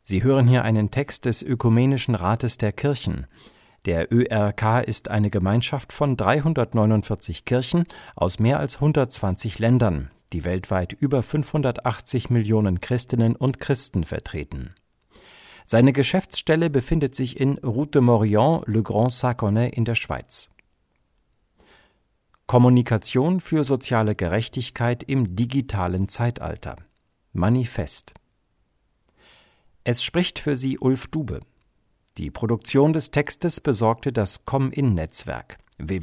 Sie hören hier einen Text des Ökumenischen Rates der Kirchen. Der ÖRK ist eine Gemeinschaft von 349 Kirchen aus mehr als 120 Ländern, die weltweit über 580 Millionen Christinnen und Christen vertreten. Seine Geschäftsstelle befindet sich in Route de Morillon, Le Grand Saconnet in der Schweiz. Kommunikation für soziale Gerechtigkeit im digitalen Zeitalter. Manifest. Es spricht für Sie Ulf Dube. Die Produktion des Textes besorgte das Com-In-Netzwerk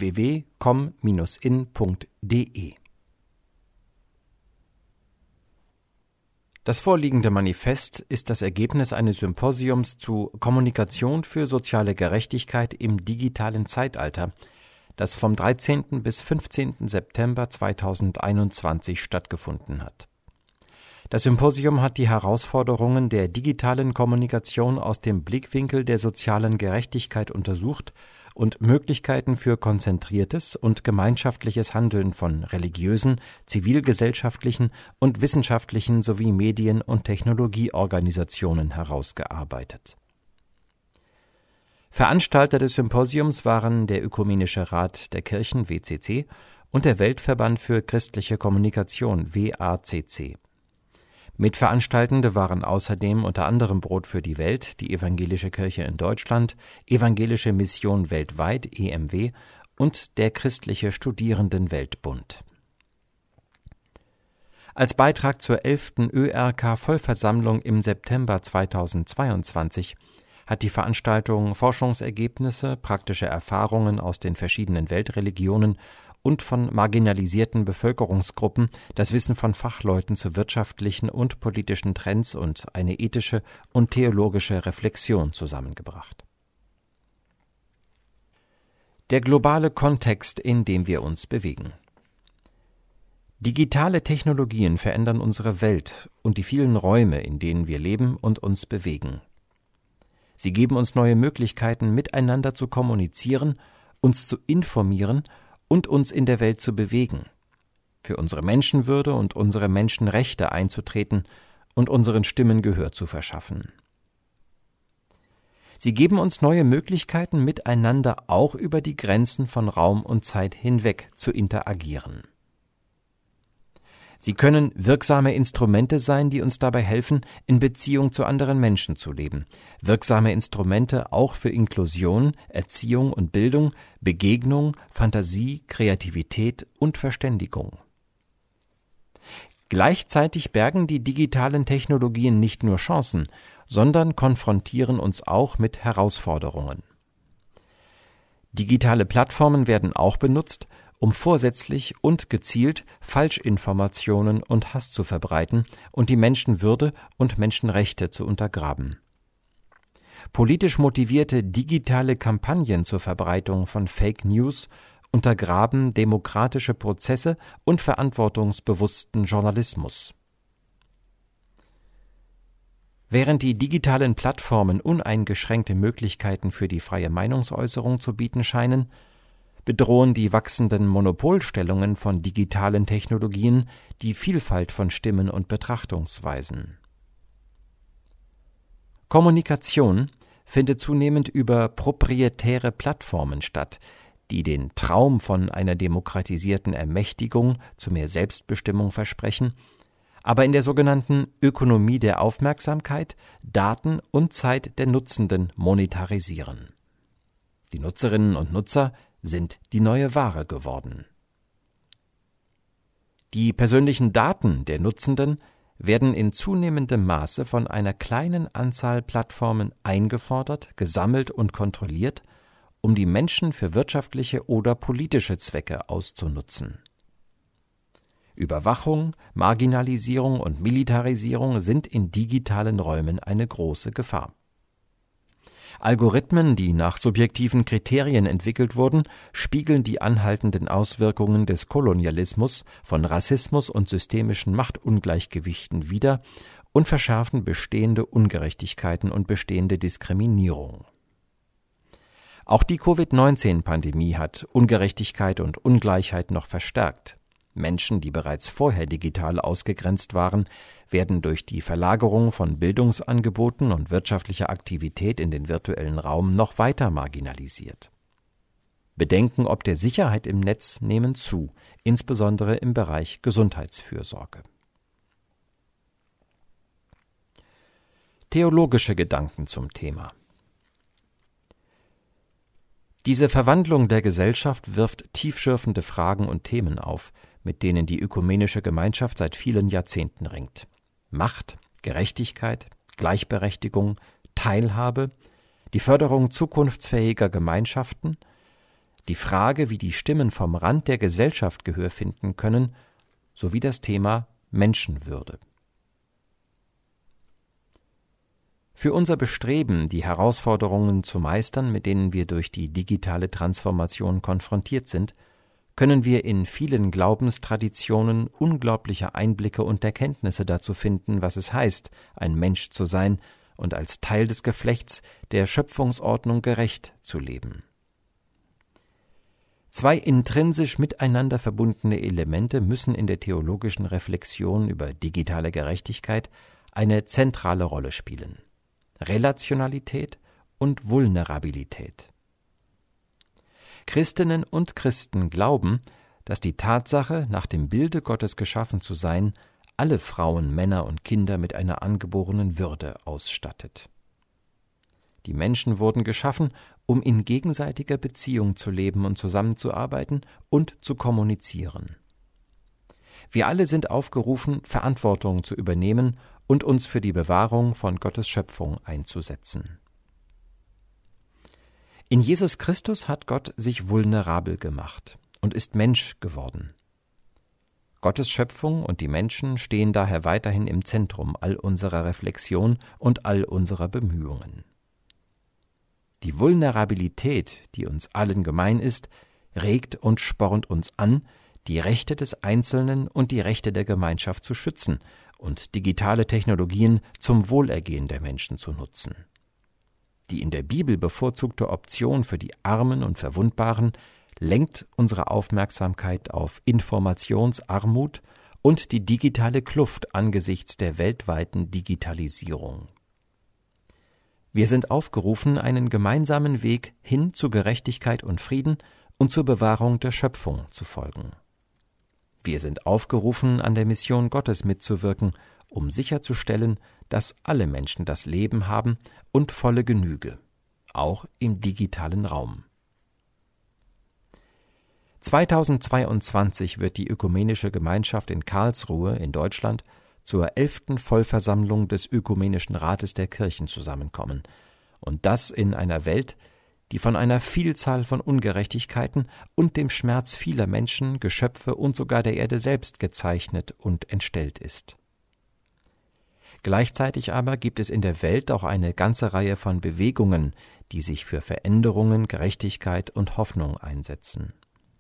www.com-in.de. Das vorliegende Manifest ist das Ergebnis eines Symposiums zu Kommunikation für soziale Gerechtigkeit im digitalen Zeitalter, das vom 13. bis 15. September 2021 stattgefunden hat. Das Symposium hat die Herausforderungen der digitalen Kommunikation aus dem Blickwinkel der sozialen Gerechtigkeit untersucht und Möglichkeiten für konzentriertes und gemeinschaftliches Handeln von religiösen, zivilgesellschaftlichen und wissenschaftlichen sowie Medien- und Technologieorganisationen herausgearbeitet. Veranstalter des Symposiums waren der Ökumenische Rat der Kirchen (WCC) und der Weltverband für christliche Kommunikation (WACC). Mitveranstaltende waren außerdem unter anderem Brot für die Welt, die Evangelische Kirche in Deutschland, Evangelische Mission weltweit (EMW) und der Christliche Studierendenweltbund. Als Beitrag zur 11. ÖRK-Vollversammlung im September 2022 hat die Veranstaltung Forschungsergebnisse, praktische Erfahrungen aus den verschiedenen Weltreligionen und von marginalisierten Bevölkerungsgruppen, das Wissen von Fachleuten zu wirtschaftlichen und politischen Trends und eine ethische und theologische Reflexion zusammengebracht. Der globale Kontext, in dem wir uns bewegen. Digitale Technologien verändern unsere Welt und die vielen Räume, in denen wir leben und uns bewegen. Sie geben uns neue Möglichkeiten, miteinander zu kommunizieren, uns zu informieren und uns in der Welt zu bewegen, für unsere Menschenwürde und unsere Menschenrechte einzutreten und unseren Stimmen Gehör zu verschaffen. Sie geben uns neue Möglichkeiten, miteinander auch über die Grenzen von Raum und Zeit hinweg zu interagieren. Sie können wirksame Instrumente sein, die uns dabei helfen, in Beziehung zu anderen Menschen zu leben. Wirksame Instrumente auch für Inklusion, Erziehung und Bildung, Begegnung, Fantasie, Kreativität und Verständigung. Gleichzeitig bergen die digitalen Technologien nicht nur Chancen, sondern konfrontieren uns auch mit Herausforderungen. Digitale Plattformen werden auch benutzt, um vorsätzlich und gezielt Falschinformationen und Hass zu verbreiten und die Menschenwürde und Menschenrechte zu untergraben. Politisch motivierte digitale Kampagnen zur Verbreitung von Fake News untergraben demokratische Prozesse und verantwortungsbewussten Journalismus. Während die digitalen Plattformen uneingeschränkte Möglichkeiten für die freie Meinungsäußerung zu bieten scheinen, bedrohen die wachsenden Monopolstellungen von digitalen Technologien die Vielfalt von Stimmen und Betrachtungsweisen. Kommunikation findet zunehmend über proprietäre Plattformen statt, die den Traum von einer demokratisierten Ermächtigung zu mehr Selbstbestimmung versprechen, aber in der sogenannten Ökonomie der Aufmerksamkeit Daten und Zeit der Nutzenden monetarisieren. Die Nutzerinnen und Nutzer sind die neue Ware geworden. Die persönlichen Daten der Nutzenden werden in zunehmendem Maße von einer kleinen Anzahl Plattformen eingefordert, gesammelt und kontrolliert, um die Menschen für wirtschaftliche oder politische Zwecke auszunutzen. Überwachung, Marginalisierung und Militarisierung sind in digitalen Räumen eine große Gefahr. Algorithmen, die nach subjektiven Kriterien entwickelt wurden, spiegeln die anhaltenden Auswirkungen des Kolonialismus, von Rassismus und systemischen Machtungleichgewichten wider und verschärfen bestehende Ungerechtigkeiten und bestehende Diskriminierung. Auch die Covid-19-Pandemie hat Ungerechtigkeit und Ungleichheit noch verstärkt. Menschen, die bereits vorher digital ausgegrenzt waren, werden durch die Verlagerung von Bildungsangeboten und wirtschaftlicher Aktivität in den virtuellen Raum noch weiter marginalisiert. Bedenken ob der Sicherheit im Netz nehmen zu, insbesondere im Bereich Gesundheitsfürsorge. Theologische Gedanken zum Thema. Diese Verwandlung der Gesellschaft wirft tiefschürfende Fragen und Themen auf, mit denen die ökumenische Gemeinschaft seit vielen Jahrzehnten ringt. Macht, Gerechtigkeit, Gleichberechtigung, Teilhabe, die Förderung zukunftsfähiger Gemeinschaften, die Frage, wie die Stimmen vom Rand der Gesellschaft Gehör finden können, sowie das Thema Menschenwürde. Für unser Bestreben, die Herausforderungen zu meistern, mit denen wir durch die digitale Transformation konfrontiert sind, können wir in vielen Glaubenstraditionen unglaubliche Einblicke und Erkenntnisse dazu finden, was es heißt, ein Mensch zu sein und als Teil des Geflechts der Schöpfungsordnung gerecht zu leben. Zwei intrinsisch miteinander verbundene Elemente müssen in der theologischen Reflexion über digitale Gerechtigkeit eine zentrale Rolle spielen: Relationalität und Vulnerabilität. Christinnen und Christen glauben, dass die Tatsache, nach dem Bilde Gottes geschaffen zu sein, alle Frauen, Männer und Kinder mit einer angeborenen Würde ausstattet. Die Menschen wurden geschaffen, um in gegenseitiger Beziehung zu leben und zusammenzuarbeiten und zu kommunizieren. Wir alle sind aufgerufen, Verantwortung zu übernehmen und uns für die Bewahrung von Gottes Schöpfung einzusetzen. In Jesus Christus hat Gott sich vulnerabel gemacht und ist Mensch geworden. Gottes Schöpfung und die Menschen stehen daher weiterhin im Zentrum all unserer Reflexion und all unserer Bemühungen. Die Vulnerabilität, die uns allen gemein ist, regt und spornt uns an, die Rechte des Einzelnen und die Rechte der Gemeinschaft zu schützen und digitale Technologien zum Wohlergehen der Menschen zu nutzen. Die in der Bibel bevorzugte Option für die Armen und Verwundbaren lenkt unsere Aufmerksamkeit auf Informationsarmut und die digitale Kluft angesichts der weltweiten Digitalisierung. Wir sind aufgerufen, einen gemeinsamen Weg hin zu Gerechtigkeit und Frieden und zur Bewahrung der Schöpfung zu folgen. Wir sind aufgerufen, an der Mission Gottes mitzuwirken, um sicherzustellen, dass alle Menschen das Leben haben und volle Genüge, auch im digitalen Raum. 2022 wird die Ökumenische Gemeinschaft in Karlsruhe in Deutschland zur 11. Vollversammlung des Ökumenischen Rates der Kirchen zusammenkommen, und das in einer Welt, die von einer Vielzahl von Ungerechtigkeiten und dem Schmerz vieler Menschen, Geschöpfe und sogar der Erde selbst gezeichnet und entstellt ist. Gleichzeitig aber gibt es in der Welt auch eine ganze Reihe von Bewegungen, die sich für Veränderungen, Gerechtigkeit und Hoffnung einsetzen.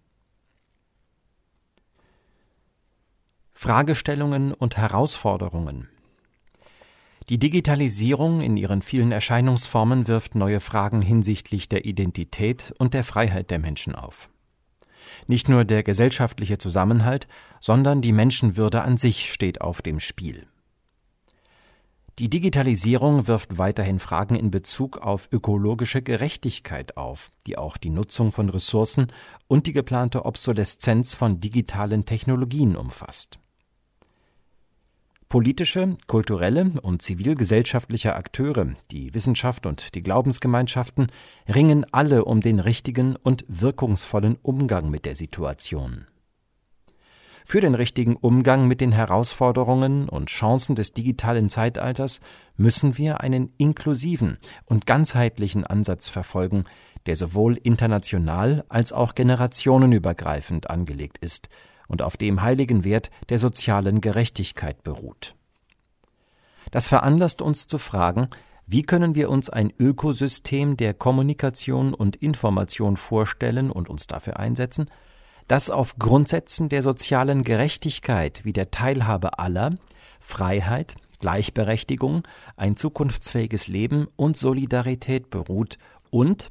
Fragestellungen und Herausforderungen. Die Digitalisierung in ihren vielen Erscheinungsformen wirft neue Fragen hinsichtlich der Identität und der Freiheit der Menschen auf. Nicht nur der gesellschaftliche Zusammenhalt, sondern die Menschenwürde an sich steht auf dem Spiel. Die Digitalisierung wirft weiterhin Fragen in Bezug auf ökologische Gerechtigkeit auf, die auch die Nutzung von Ressourcen und die geplante Obsoleszenz von digitalen Technologien umfasst. Politische, kulturelle und zivilgesellschaftliche Akteure, die Wissenschaft und die Glaubensgemeinschaften ringen alle um den richtigen und wirkungsvollen Umgang mit der Situation. Für den richtigen Umgang mit den Herausforderungen und Chancen des digitalen Zeitalters müssen wir einen inklusiven und ganzheitlichen Ansatz verfolgen, der sowohl international als auch generationenübergreifend angelegt ist und auf dem heiligen Wert der sozialen Gerechtigkeit beruht. Das veranlasst uns zu fragen, wie können wir uns ein Ökosystem der Kommunikation und Information vorstellen und uns dafür einsetzen, das auf Grundsätzen der sozialen Gerechtigkeit wie der Teilhabe aller, Freiheit, Gleichberechtigung, ein zukunftsfähiges Leben und Solidarität beruht und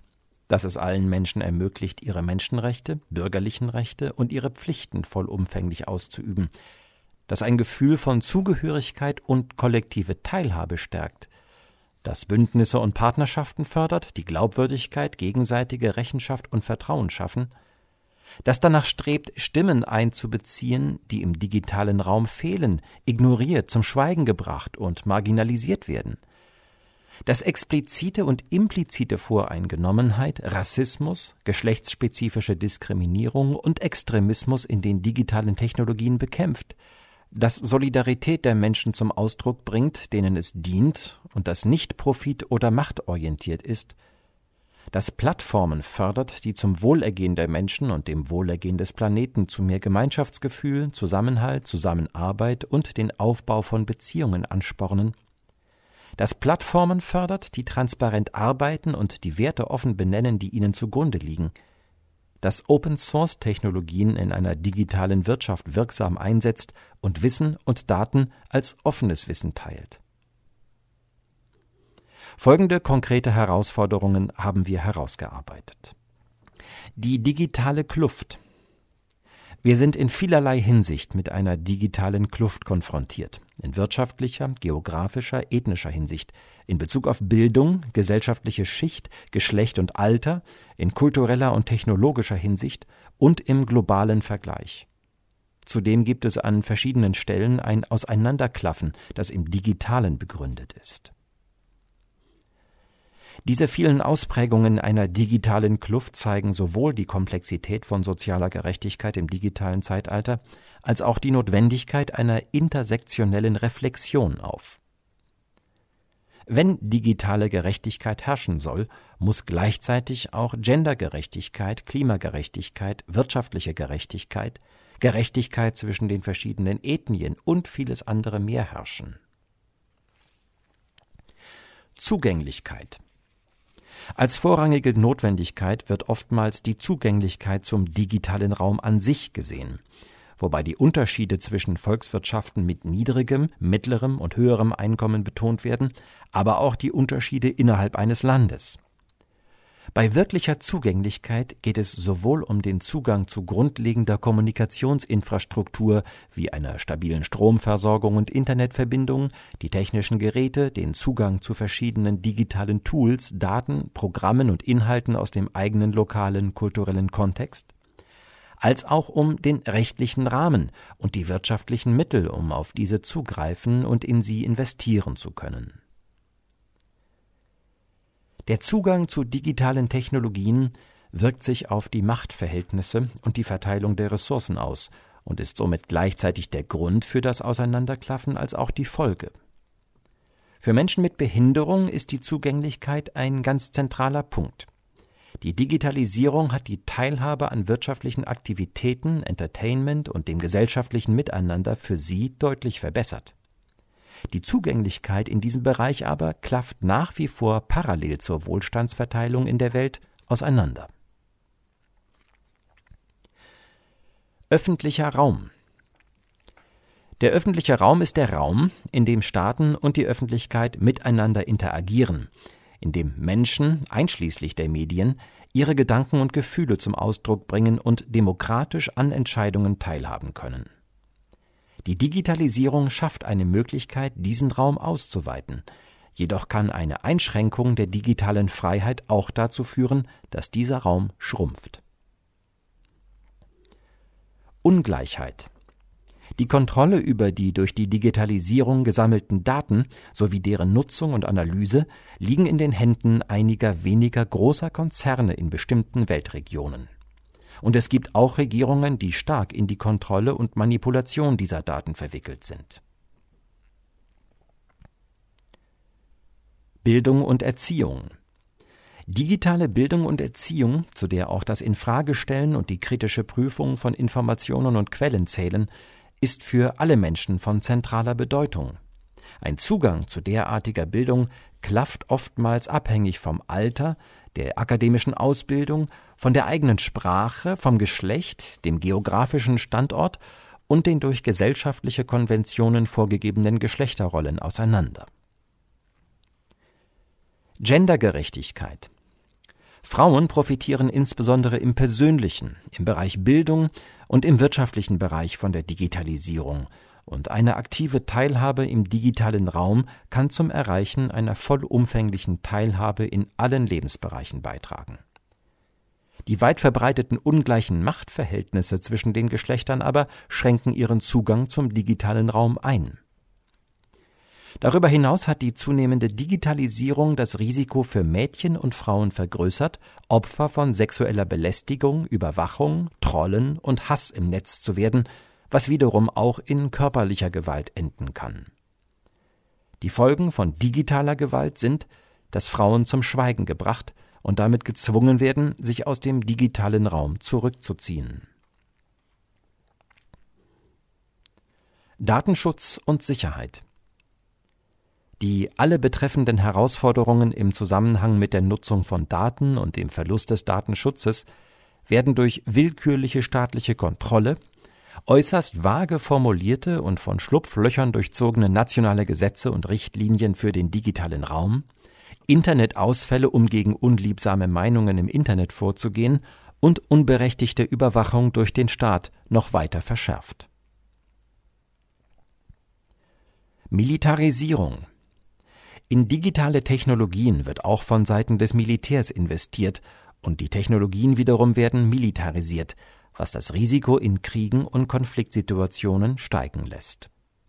dass es allen Menschen ermöglicht, ihre Menschenrechte, bürgerlichen Rechte und ihre Pflichten vollumfänglich auszuüben, das ein Gefühl von Zugehörigkeit und kollektive Teilhabe stärkt, das Bündnisse und Partnerschaften fördert, die Glaubwürdigkeit, gegenseitige Rechenschaft und Vertrauen schaffen, das danach strebt, Stimmen einzubeziehen, die im digitalen Raum fehlen, ignoriert, zum Schweigen gebracht und marginalisiert werden, das explizite und implizite Voreingenommenheit, Rassismus, geschlechtsspezifische Diskriminierung und Extremismus in den digitalen Technologien bekämpft, das Solidarität der Menschen zum Ausdruck bringt, denen es dient und das nicht profit- oder machtorientiert ist, das Plattformen fördert, die zum Wohlergehen der Menschen und dem Wohlergehen des Planeten zu mehr Gemeinschaftsgefühl, Zusammenhalt, Zusammenarbeit und den Aufbau von Beziehungen anspornen, das Plattformen fördert, die transparent arbeiten und die Werte offen benennen, die ihnen zugrunde liegen, das Open-Source-Technologien in einer digitalen Wirtschaft wirksam einsetzt und Wissen und Daten als offenes Wissen teilt. Folgende konkrete Herausforderungen haben wir herausgearbeitet. Die digitale Kluft. Wir sind in vielerlei Hinsicht mit einer digitalen Kluft konfrontiert. In wirtschaftlicher, geografischer, ethnischer Hinsicht, in Bezug auf Bildung, gesellschaftliche Schicht, Geschlecht und Alter, in kultureller und technologischer Hinsicht und im globalen Vergleich. Zudem gibt es an verschiedenen Stellen ein Auseinanderklaffen, das im Digitalen begründet ist. Diese vielen Ausprägungen einer digitalen Kluft zeigen sowohl die Komplexität von sozialer Gerechtigkeit im digitalen Zeitalter als auch die Notwendigkeit einer intersektionellen Reflexion auf. Wenn digitale Gerechtigkeit herrschen soll, muss gleichzeitig auch Gendergerechtigkeit, Klimagerechtigkeit, wirtschaftliche Gerechtigkeit, Gerechtigkeit zwischen den verschiedenen Ethnien und vieles andere mehr herrschen. Zugänglichkeit. Als vorrangige Notwendigkeit wird oftmals die Zugänglichkeit zum digitalen Raum an sich gesehen, wobei die Unterschiede zwischen Volkswirtschaften mit niedrigem, mittlerem und höherem Einkommen betont werden, aber auch die Unterschiede innerhalb eines Landes. Bei wirklicher Zugänglichkeit geht es sowohl um den Zugang zu grundlegender Kommunikationsinfrastruktur wie einer stabilen Stromversorgung und Internetverbindung, die technischen Geräte, den Zugang zu verschiedenen digitalen Tools, Daten, Programmen und Inhalten aus dem eigenen lokalen kulturellen Kontext, als auch um den rechtlichen Rahmen und die wirtschaftlichen Mittel, um auf diese zugreifen und in sie investieren zu können. Der Zugang zu digitalen Technologien wirkt sich auf die Machtverhältnisse und die Verteilung der Ressourcen aus und ist somit gleichzeitig der Grund für das Auseinanderklaffen als auch die Folge. Für Menschen mit Behinderung ist die Zugänglichkeit ein ganz zentraler Punkt. Die Digitalisierung hat die Teilhabe an wirtschaftlichen Aktivitäten, Entertainment und dem gesellschaftlichen Miteinander für sie deutlich verbessert. Die Zugänglichkeit in diesem Bereich aber klafft nach wie vor parallel zur Wohlstandsverteilung in der Welt auseinander. Öffentlicher Raum. Der öffentliche Raum ist der Raum, in dem Staaten und die Öffentlichkeit miteinander interagieren, in dem Menschen, einschließlich der Medien, ihre Gedanken und Gefühle zum Ausdruck bringen und demokratisch an Entscheidungen teilhaben können. Die Digitalisierung schafft eine Möglichkeit, diesen Raum auszuweiten. Jedoch kann eine Einschränkung der digitalen Freiheit auch dazu führen, dass dieser Raum schrumpft. Ungleichheit. Die Kontrolle über die durch die Digitalisierung gesammelten Daten sowie deren Nutzung und Analyse liegen in den Händen einiger weniger großer Konzerne in bestimmten Weltregionen. Und es gibt auch Regierungen, die stark in die Kontrolle und Manipulation dieser Daten verwickelt sind. Bildung und Erziehung. Digitale Bildung und Erziehung, zu der auch das Infragestellen und die kritische Prüfung von Informationen und Quellen zählen, ist für alle Menschen von zentraler Bedeutung. Ein Zugang zu derartiger Bildung klafft oftmals abhängig vom Alter, der akademischen Ausbildung, von der eigenen Sprache, vom Geschlecht, dem geografischen Standort und den durch gesellschaftliche Konventionen vorgegebenen Geschlechterrollen auseinander. Gendergerechtigkeit. Frauen profitieren insbesondere im persönlichen, im Bereich Bildung und im wirtschaftlichen Bereich von der Digitalisierung, und eine aktive Teilhabe im digitalen Raum kann zum Erreichen einer vollumfänglichen Teilhabe in allen Lebensbereichen beitragen. Die weit verbreiteten ungleichen Machtverhältnisse zwischen den Geschlechtern aber schränken ihren Zugang zum digitalen Raum ein. Darüber hinaus hat die zunehmende Digitalisierung das Risiko für Mädchen und Frauen vergrößert, Opfer von sexueller Belästigung, Überwachung, Trollen und Hass im Netz zu werden, was wiederum auch in körperlicher Gewalt enden kann. Die Folgen von digitaler Gewalt sind, dass Frauen zum Schweigen gebracht und damit gezwungen werden, sich aus dem digitalen Raum zurückzuziehen. Datenschutz und Sicherheit. Die alle betreffenden Herausforderungen im Zusammenhang mit der Nutzung von Daten und dem Verlust des Datenschutzes werden durch willkürliche staatliche Kontrolle, äußerst vage formulierte und von Schlupflöchern durchzogene nationale Gesetze und Richtlinien für den digitalen Raum, Internetausfälle, um gegen unliebsame Meinungen im Internet vorzugehen, und unberechtigte Überwachung durch den Staat noch weiter verschärft. Militarisierung. In digitale Technologien wird auch von Seiten des Militärs investiert, und die Technologien wiederum werden militarisiert, was das Risiko in Kriegen und Konfliktsituationen steigen lässt.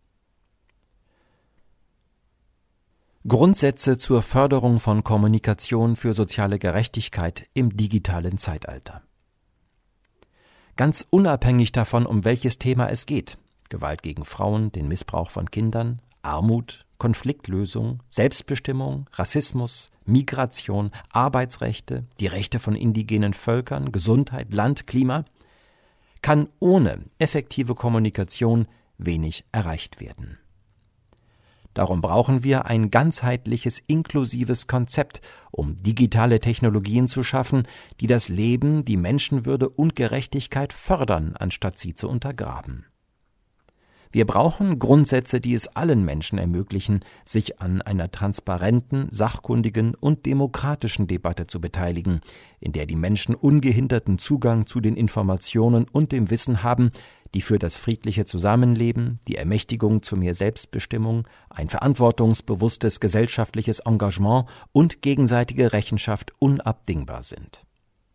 Grundsätze zur Förderung von Kommunikation für soziale Gerechtigkeit im digitalen Zeitalter. Ganz unabhängig davon, um welches Thema es geht: Gewalt gegen Frauen, den Missbrauch von Kindern, Armut, Konfliktlösung, Selbstbestimmung, Rassismus, Migration, Arbeitsrechte, die Rechte von indigenen Völkern, Gesundheit, Land, Klima, kann ohne effektive Kommunikation wenig erreicht werden. Darum brauchen wir ein ganzheitliches, inklusives Konzept, um digitale Technologien zu schaffen, die das Leben, die Menschenwürde und Gerechtigkeit fördern, anstatt sie zu untergraben. Wir brauchen Grundsätze, die es allen Menschen ermöglichen, sich an einer transparenten, sachkundigen und demokratischen Debatte zu beteiligen, in der die Menschen ungehinderten Zugang zu den Informationen und dem Wissen haben, die für das friedliche Zusammenleben, die Ermächtigung zu mehr Selbstbestimmung, ein verantwortungsbewusstes gesellschaftliches Engagement und gegenseitige Rechenschaft unabdingbar sind.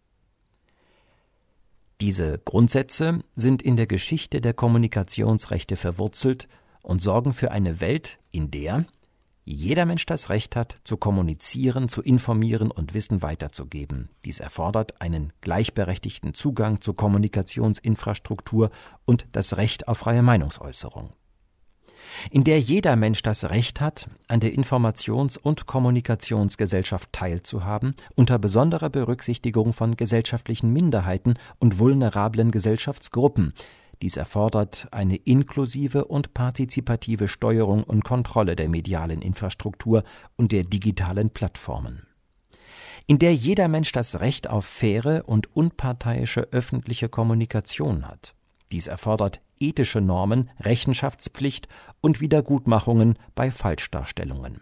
Diese Grundsätze sind in der Geschichte der Kommunikationsrechte verwurzelt und sorgen für eine Welt, in der jeder Mensch das Recht hat, zu kommunizieren, zu informieren und Wissen weiterzugeben. Dies erfordert einen gleichberechtigten Zugang zur Kommunikationsinfrastruktur und das Recht auf freie Meinungsäußerung. In der jeder Mensch das Recht hat, an der Informations- und Kommunikationsgesellschaft teilzuhaben, unter besonderer Berücksichtigung von gesellschaftlichen Minderheiten und vulnerablen Gesellschaftsgruppen. Dies erfordert eine inklusive und partizipative Steuerung und Kontrolle der medialen Infrastruktur und der digitalen Plattformen. In der jeder Mensch das Recht auf faire und unparteiische öffentliche Kommunikation hat. Dies erfordert ethische Normen, Rechenschaftspflicht und Wiedergutmachungen bei Falschdarstellungen.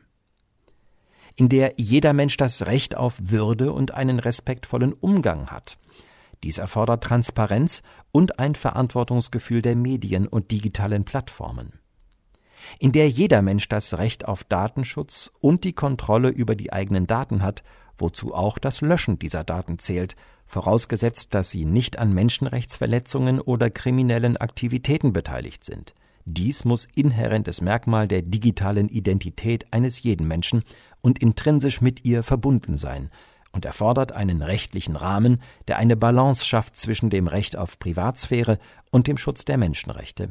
In der jeder Mensch das Recht auf Würde und einen respektvollen Umgang hat. Dies erfordert Transparenz und ein Verantwortungsgefühl der Medien und digitalen Plattformen. In der jeder Mensch das Recht auf Datenschutz und die Kontrolle über die eigenen Daten hat, wozu auch das Löschen dieser Daten zählt, vorausgesetzt, dass sie nicht an Menschenrechtsverletzungen oder kriminellen Aktivitäten beteiligt sind. Dies muss inhärentes Merkmal der digitalen Identität eines jeden Menschen und intrinsisch mit ihr verbunden sein und erfordert einen rechtlichen Rahmen, der eine Balance schafft zwischen dem Recht auf Privatsphäre und dem Schutz der Menschenrechte.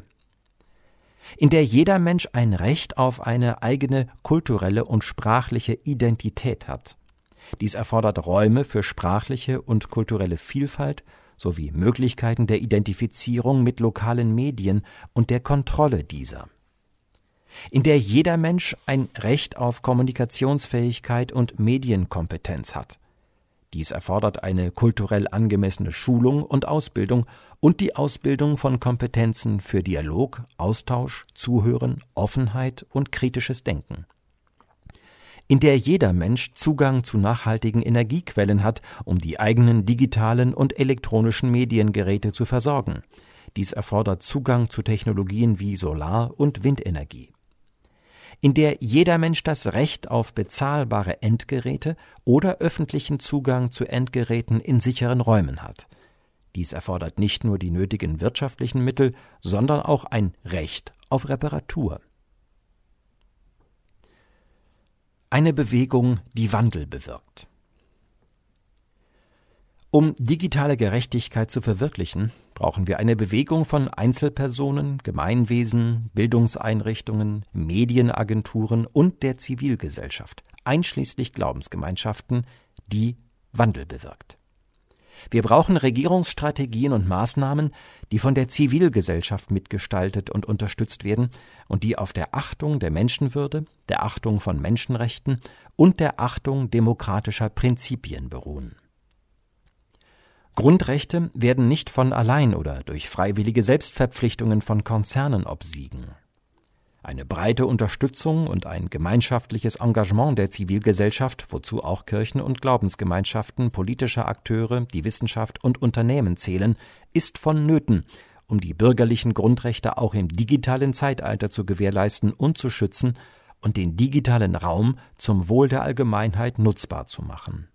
In der jeder Mensch ein Recht auf eine eigene kulturelle und sprachliche Identität hat. Dies erfordert Räume für sprachliche und kulturelle Vielfalt sowie Möglichkeiten der Identifizierung mit lokalen Medien und der Kontrolle dieser. In der jeder Mensch ein Recht auf Kommunikationsfähigkeit und Medienkompetenz hat. Dies erfordert eine kulturell angemessene Schulung und Ausbildung und die Ausbildung von Kompetenzen für Dialog, Austausch, Zuhören, Offenheit und kritisches Denken. in der jeder Mensch Zugang zu nachhaltigen Energiequellen hat, um die eigenen digitalen und elektronischen Mediengeräte zu versorgen. Dies erfordert Zugang zu Technologien wie Solar- und Windenergie. In der jeder Mensch das Recht auf bezahlbare Endgeräte oder öffentlichen Zugang zu Endgeräten in sicheren Räumen hat. Dies erfordert nicht nur die nötigen wirtschaftlichen Mittel, sondern auch ein Recht auf Reparatur. Eine Bewegung, die Wandel bewirkt. Um digitale Gerechtigkeit zu verwirklichen, brauchen wir eine Bewegung von Einzelpersonen, Gemeinwesen, Bildungseinrichtungen, Medienagenturen und der Zivilgesellschaft, einschließlich Glaubensgemeinschaften, die Wandel bewirkt. Wir brauchen Regierungsstrategien und Maßnahmen, die von der Zivilgesellschaft mitgestaltet und unterstützt werden und die auf der Achtung der Menschenwürde, der Achtung von Menschenrechten und der Achtung demokratischer Prinzipien beruhen. Grundrechte werden nicht von allein oder durch freiwillige Selbstverpflichtungen von Konzernen obsiegen. Eine breite Unterstützung und ein gemeinschaftliches Engagement der Zivilgesellschaft, wozu auch Kirchen und Glaubensgemeinschaften, politische Akteure, die Wissenschaft und Unternehmen zählen, ist vonnöten, um die bürgerlichen Grundrechte auch im digitalen Zeitalter zu gewährleisten und zu schützen und den digitalen Raum zum Wohl der Allgemeinheit nutzbar zu machen.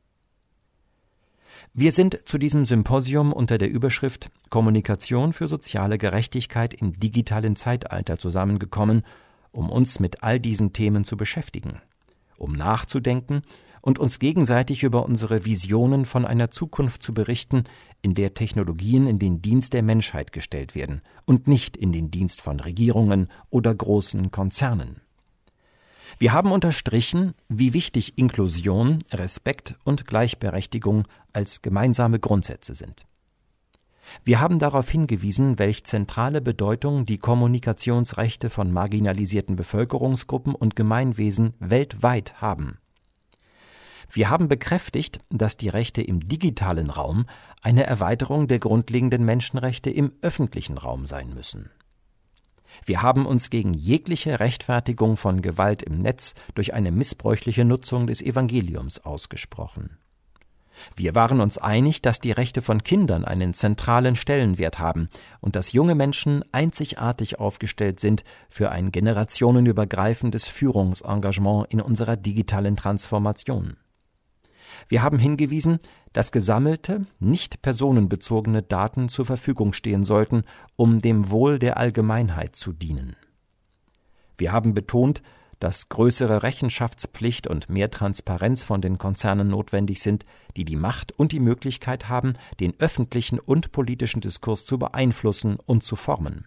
Wir sind zu diesem Symposium unter der Überschrift Kommunikation für soziale Gerechtigkeit im digitalen Zeitalter zusammengekommen, um uns mit all diesen Themen zu beschäftigen, um nachzudenken und uns gegenseitig über unsere Visionen von einer Zukunft zu berichten, in der Technologien in den Dienst der Menschheit gestellt werden und nicht in den Dienst von Regierungen oder großen Konzernen. Wir haben unterstrichen, wie wichtig Inklusion, Respekt und Gleichberechtigung als gemeinsame Grundsätze sind. Wir haben darauf hingewiesen, welch zentrale Bedeutung die Kommunikationsrechte von marginalisierten Bevölkerungsgruppen und Gemeinwesen weltweit haben. Wir haben bekräftigt, dass die Rechte im digitalen Raum eine Erweiterung der grundlegenden Menschenrechte im öffentlichen Raum sein müssen. Wir haben uns gegen jegliche Rechtfertigung von Gewalt im Netz durch eine missbräuchliche Nutzung des Evangeliums ausgesprochen. Wir waren uns einig, dass die Rechte von Kindern einen zentralen Stellenwert haben und dass junge Menschen einzigartig aufgestellt sind für ein generationenübergreifendes Führungsengagement in unserer digitalen Transformation. Wir haben hingewiesen, dass gesammelte, nicht personenbezogene Daten zur Verfügung stehen sollten, um dem Wohl der Allgemeinheit zu dienen. Wir haben betont, dass größere Rechenschaftspflicht und mehr Transparenz von den Konzernen notwendig sind, die die Macht und die Möglichkeit haben, den öffentlichen und politischen Diskurs zu beeinflussen und zu formen.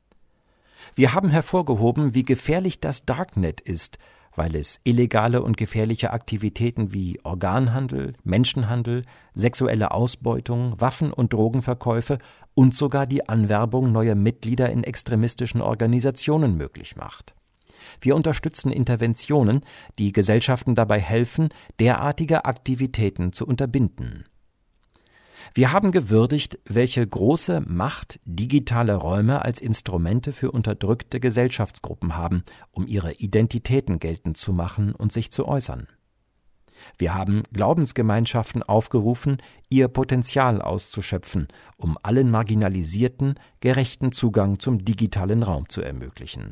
Wir haben hervorgehoben, wie gefährlich das Darknet ist, weil es illegale und gefährliche Aktivitäten wie Organhandel, Menschenhandel, sexuelle Ausbeutung, Waffen- und Drogenverkäufe und sogar die Anwerbung neuer Mitglieder in extremistischen Organisationen möglich macht. Wir unterstützen Interventionen, die Gesellschaften dabei helfen, derartige Aktivitäten zu unterbinden. Wir haben gewürdigt, welche große Macht digitale Räume als Instrumente für unterdrückte Gesellschaftsgruppen haben, um ihre Identitäten geltend zu machen und sich zu äußern. Wir haben Glaubensgemeinschaften aufgerufen, ihr Potenzial auszuschöpfen, um allen Marginalisierten gerechten Zugang zum digitalen Raum zu ermöglichen.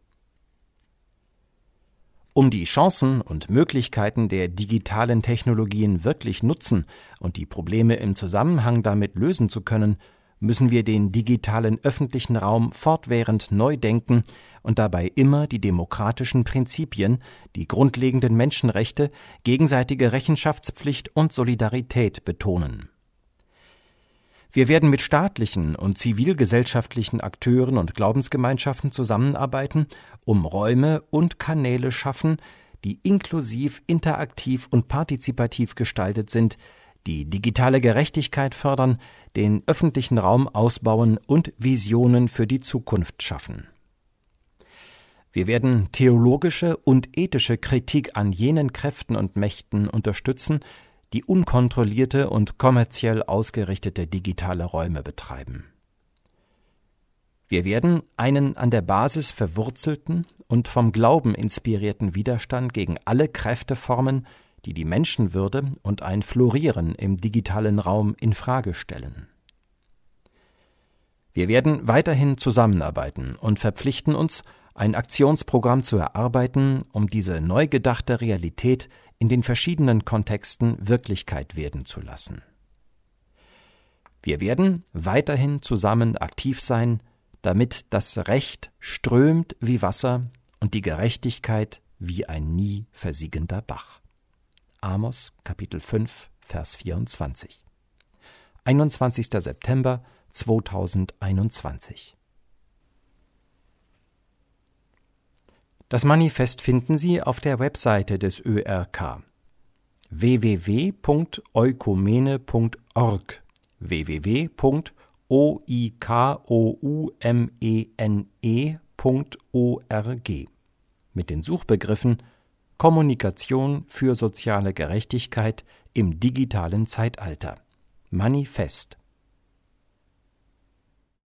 Um die Chancen und Möglichkeiten der digitalen Technologien wirklich nutzen und die Probleme im Zusammenhang damit lösen zu können, müssen wir den digitalen öffentlichen Raum fortwährend neu denken und dabei immer die demokratischen Prinzipien, die grundlegenden Menschenrechte, gegenseitige Rechenschaftspflicht und Solidarität betonen. Wir werden mit staatlichen und zivilgesellschaftlichen Akteuren und Glaubensgemeinschaften zusammenarbeiten, um Räume und Kanäle schaffen, die inklusiv, interaktiv und partizipativ gestaltet sind, die digitale Gerechtigkeit fördern, den öffentlichen Raum ausbauen und Visionen für die Zukunft schaffen. Wir werden theologische und ethische Kritik an jenen Kräften und Mächten unterstützen, die unkontrollierte und kommerziell ausgerichtete digitale Räume betreiben. Wir werden einen an der Basis verwurzelten und vom Glauben inspirierten Widerstand gegen alle Kräfte formen, die die Menschenwürde und ein Florieren im digitalen Raum infrage stellen. Wir werden weiterhin zusammenarbeiten und verpflichten uns, ein Aktionsprogramm zu erarbeiten, um diese neu gedachte Realität in den verschiedenen Kontexten Wirklichkeit werden zu lassen. Wir werden weiterhin zusammen aktiv sein, damit das Recht strömt wie Wasser und die Gerechtigkeit wie ein nie versiegender Bach. Amos, Kapitel 5, Vers 24. 21. September 2021. Das Manifest finden Sie auf der Webseite des ÖRK www.oikumene.org www.oikoumene.org mit den Suchbegriffen Kommunikation für soziale Gerechtigkeit im digitalen Zeitalter. Manifest